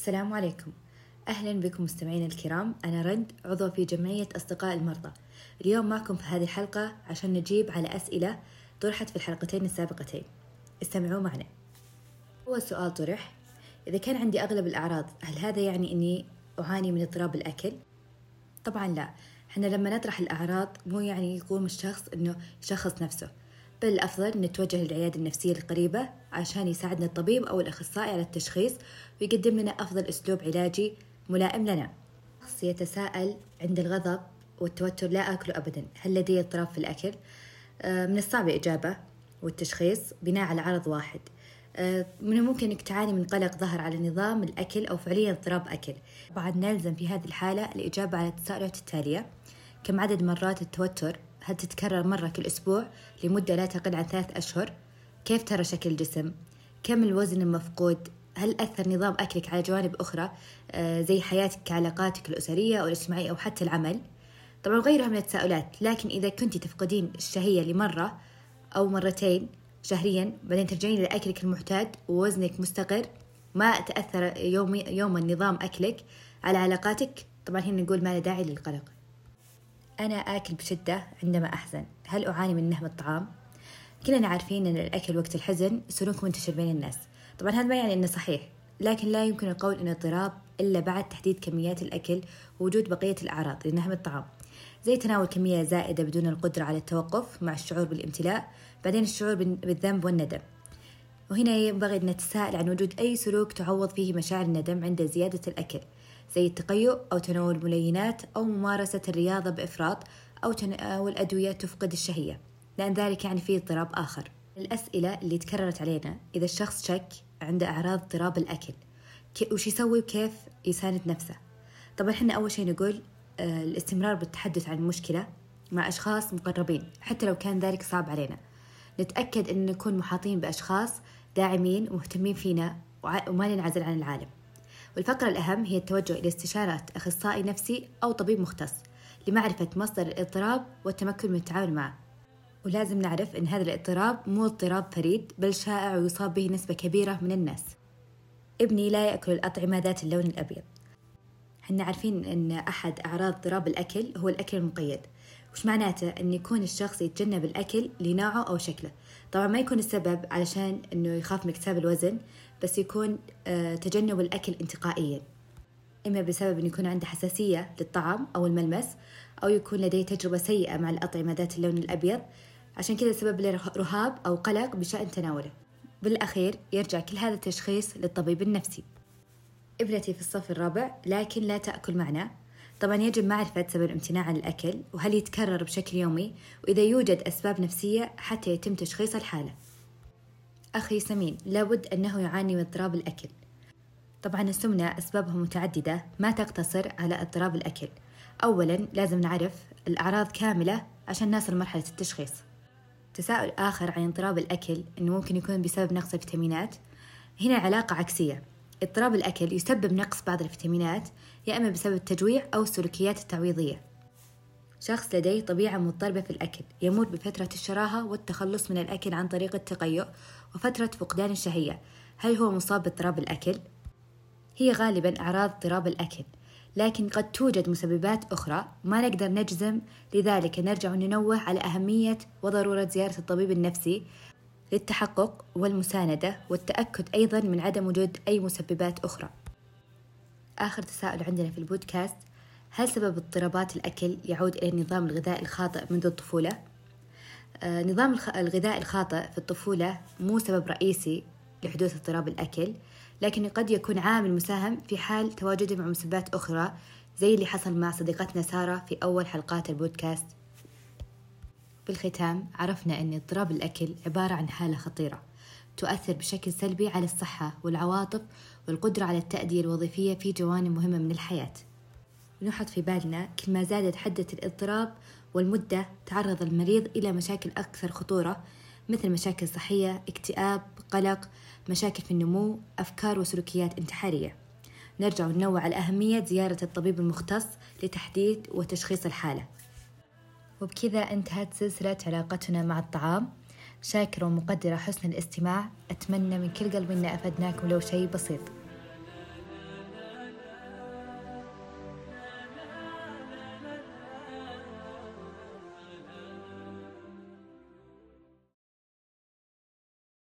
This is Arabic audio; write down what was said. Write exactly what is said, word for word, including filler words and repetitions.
السلام عليكم. أهلا بكم مستمعينا الكرام. أنا رند، عضو في جمعية أصدقاء المرضى. اليوم معكم في هذه الحلقة عشان نجيب على أسئلة طرحت في الحلقتين السابقتين. استمعوا معنا. أول سؤال طرح: إذا كان عندي أغلب الأعراض هل هذا يعني أني أعاني من اضطراب الأكل؟ طبعا لا. احنا لما نطرح الأعراض مو يعني يقوم الشخص أنه يشخص نفسه، بل الأفضل نتوجه للعيادة النفسية القريبة عشان يساعدنا الطبيب أو الأخصائي على التشخيص ويقدم لنا أفضل أسلوب علاجي ملائم لنا. شخص يتساءل: عند الغضب والتوتر لا أكل أبدا، هل لدي اضطراب في الأكل؟ من الصعب إجابة والتشخيص بناء على عرض واحد. من الممكن أنك تعاني من قلق ظهر على نظام الأكل أو فعليا اضطراب أكل. طبعا نلزم في هذه الحالة الإجابة على التساؤلات التالية: كم عدد مرات التوتر؟ هل تتكرر مرة كل أسبوع لمدة لا تقل عن ثلاث أشهر؟ كيف ترى شكل الجسم؟ كم الوزن المفقود؟ هل أثر نظام أكلك على جوانب أخرى زي حياتك، علاقاتك الأسرية أو الاجتماعية أو حتى العمل؟ طبعا غيرها من التساؤلات. لكن إذا كنت تفقدين الشهية لمرة أو مرتين شهريا بعدين ترجعين لأكلك المعتاد ووزنك مستقر، ما تأثر يومي يوما نظام أكلك على علاقاتك، طبعا هنا نقول ما لا داعي للقلق. أنا آكل بشدة عندما أحزن، هل أعاني من نهم الطعام؟ كلنا عارفين أن الأكل وقت الحزن سلوك منتشر بين الناس. طبعا هذا ما يعني أنه صحيح، لكن لا يمكن القول أنه اضطراب إلا بعد تحديد كميات الأكل ووجود بقية الأعراض لنهم الطعام، زي تناول كمية زائدة بدون القدرة على التوقف مع الشعور بالامتلاء، بعدين الشعور بالذنب والندم. وهنا ينبغي أن نتساءل عن وجود أي سلوك تعوض فيه مشاعر الندم عند زيادة الأكل، زي التقيؤ أو تناول ملينات أو ممارسة الرياضة بإفراط أو تناول أدوية تفقد الشهية، لأن ذلك يعني فيه اضطراب آخر. الأسئلة اللي تكررت علينا: إذا الشخص شك عنده أعراض اضطراب الأكل وش يسوي وكيف يساند نفسه؟ طبعا احنا أول شيء نقول آه الاستمرار بالتحدث عن المشكلة مع أشخاص مقربين حتى لو كان ذلك صعب علينا. نتأكد أن نكون محاطين بأشخاص داعمين ومهتمين فينا وما ننعزل عن العالم. والفقرة الأهم هي التوجه إلى استشارة أخصائي نفسي أو طبيب مختص لمعرفة مصدر الاضطراب والتمكن من التعامل معه. ولازم نعرف أن هذا الاضطراب مو اضطراب فريد، بل شائع ويصاب به نسبة كبيرة من الناس. ابني لا يأكل الأطعمة ذات اللون الأبيض. حنا عارفين أن أحد أعراض اضطراب الأكل هو الأكل المقيد. وش معناته؟ أن يكون الشخص يتجنب الأكل لنوعه أو شكله. طبعا ما يكون السبب علشان أنه يخاف من اكتساب الوزن، بس يكون تجنب الأكل انتقائيا، إما بسبب أن يكون عنده حساسية للطعام أو الملمس، أو يكون لديه تجربة سيئة مع الأطعمة ذات اللون الأبيض، عشان كذا سبب له رهاب أو قلق بشأن تناوله. بالأخير يرجع كل هذا التشخيص للطبيب النفسي. ابنتي في الصف الرابع لكن لا تأكل معنا. طبعا يجب معرفة سبب الامتناع عن الأكل وهل يتكرر بشكل يومي، وإذا يوجد أسباب نفسية حتى يتم تشخيص الحالة. أخي سمين لابد أنه يعاني من اضطراب الأكل. طبعا السمنة أسبابها متعددة ما تقتصر على اضطراب الأكل. أولا لازم نعرف الأعراض كاملة عشان نصل مرحلة التشخيص. تساؤل آخر عن اضطراب الأكل أنه ممكن يكون بسبب نقص الفيتامينات. هنا علاقة عكسية. اضطراب الأكل يسبب نقص بعض الفيتامينات يا إما بسبب التجويع أو السلوكيات التعويضية. شخص لديه طبيعة مضطربة في الأكل يمر بفترة الشراهة والتخلص من الأكل عن طريق التقيؤ وفترة فقدان الشهية. هل هو مصاب باضطراب الأكل؟ هي غالبا أعراض اضطراب الأكل، لكن قد توجد مسببات أخرى ما نقدر نجزم، لذلك نرجع ننوه على أهمية وضرورة زيارة الطبيب النفسي للتحقق والمساندة والتأكد أيضا من عدم وجود أي مسببات أخرى. آخر تساؤل عندنا في البودكاست: هل سبب اضطرابات الأكل يعود إلى النظام الغذائي الخاطئ منذ الطفولة؟ آه نظام الغذاء الخاطئ في الطفولة مو سبب رئيسي لحدوث اضطراب الأكل، لكن قد يكون عامل مساهم في حال تواجده مع مسببات أخرى زي اللي حصل مع صديقتنا سارة في أول حلقات البودكاست. بالختام عرفنا أن اضطراب الأكل عبارة عن حالة خطيرة تؤثر بشكل سلبي على الصحة والعواطف والقدرة على التأدية الوظيفية في جوانب مهمة من الحياة. نحط في بالنا كل ما زادت حدة الاضطراب والمدة تعرض المريض إلى مشاكل أكثر خطورة، مثل مشاكل صحية، اكتئاب، قلق، مشاكل في النمو، أفكار وسلوكيات انتحارية. نرجع وننوع على أهمية زيارة الطبيب المختص لتحديد وتشخيص الحالة. وبكذا انتهت سلسلة علاقتنا مع الطعام. شاكرة ومقدرة حسن الاستماع. أتمنى من كل قلبي أن أفدناكم لو شيء بسيط.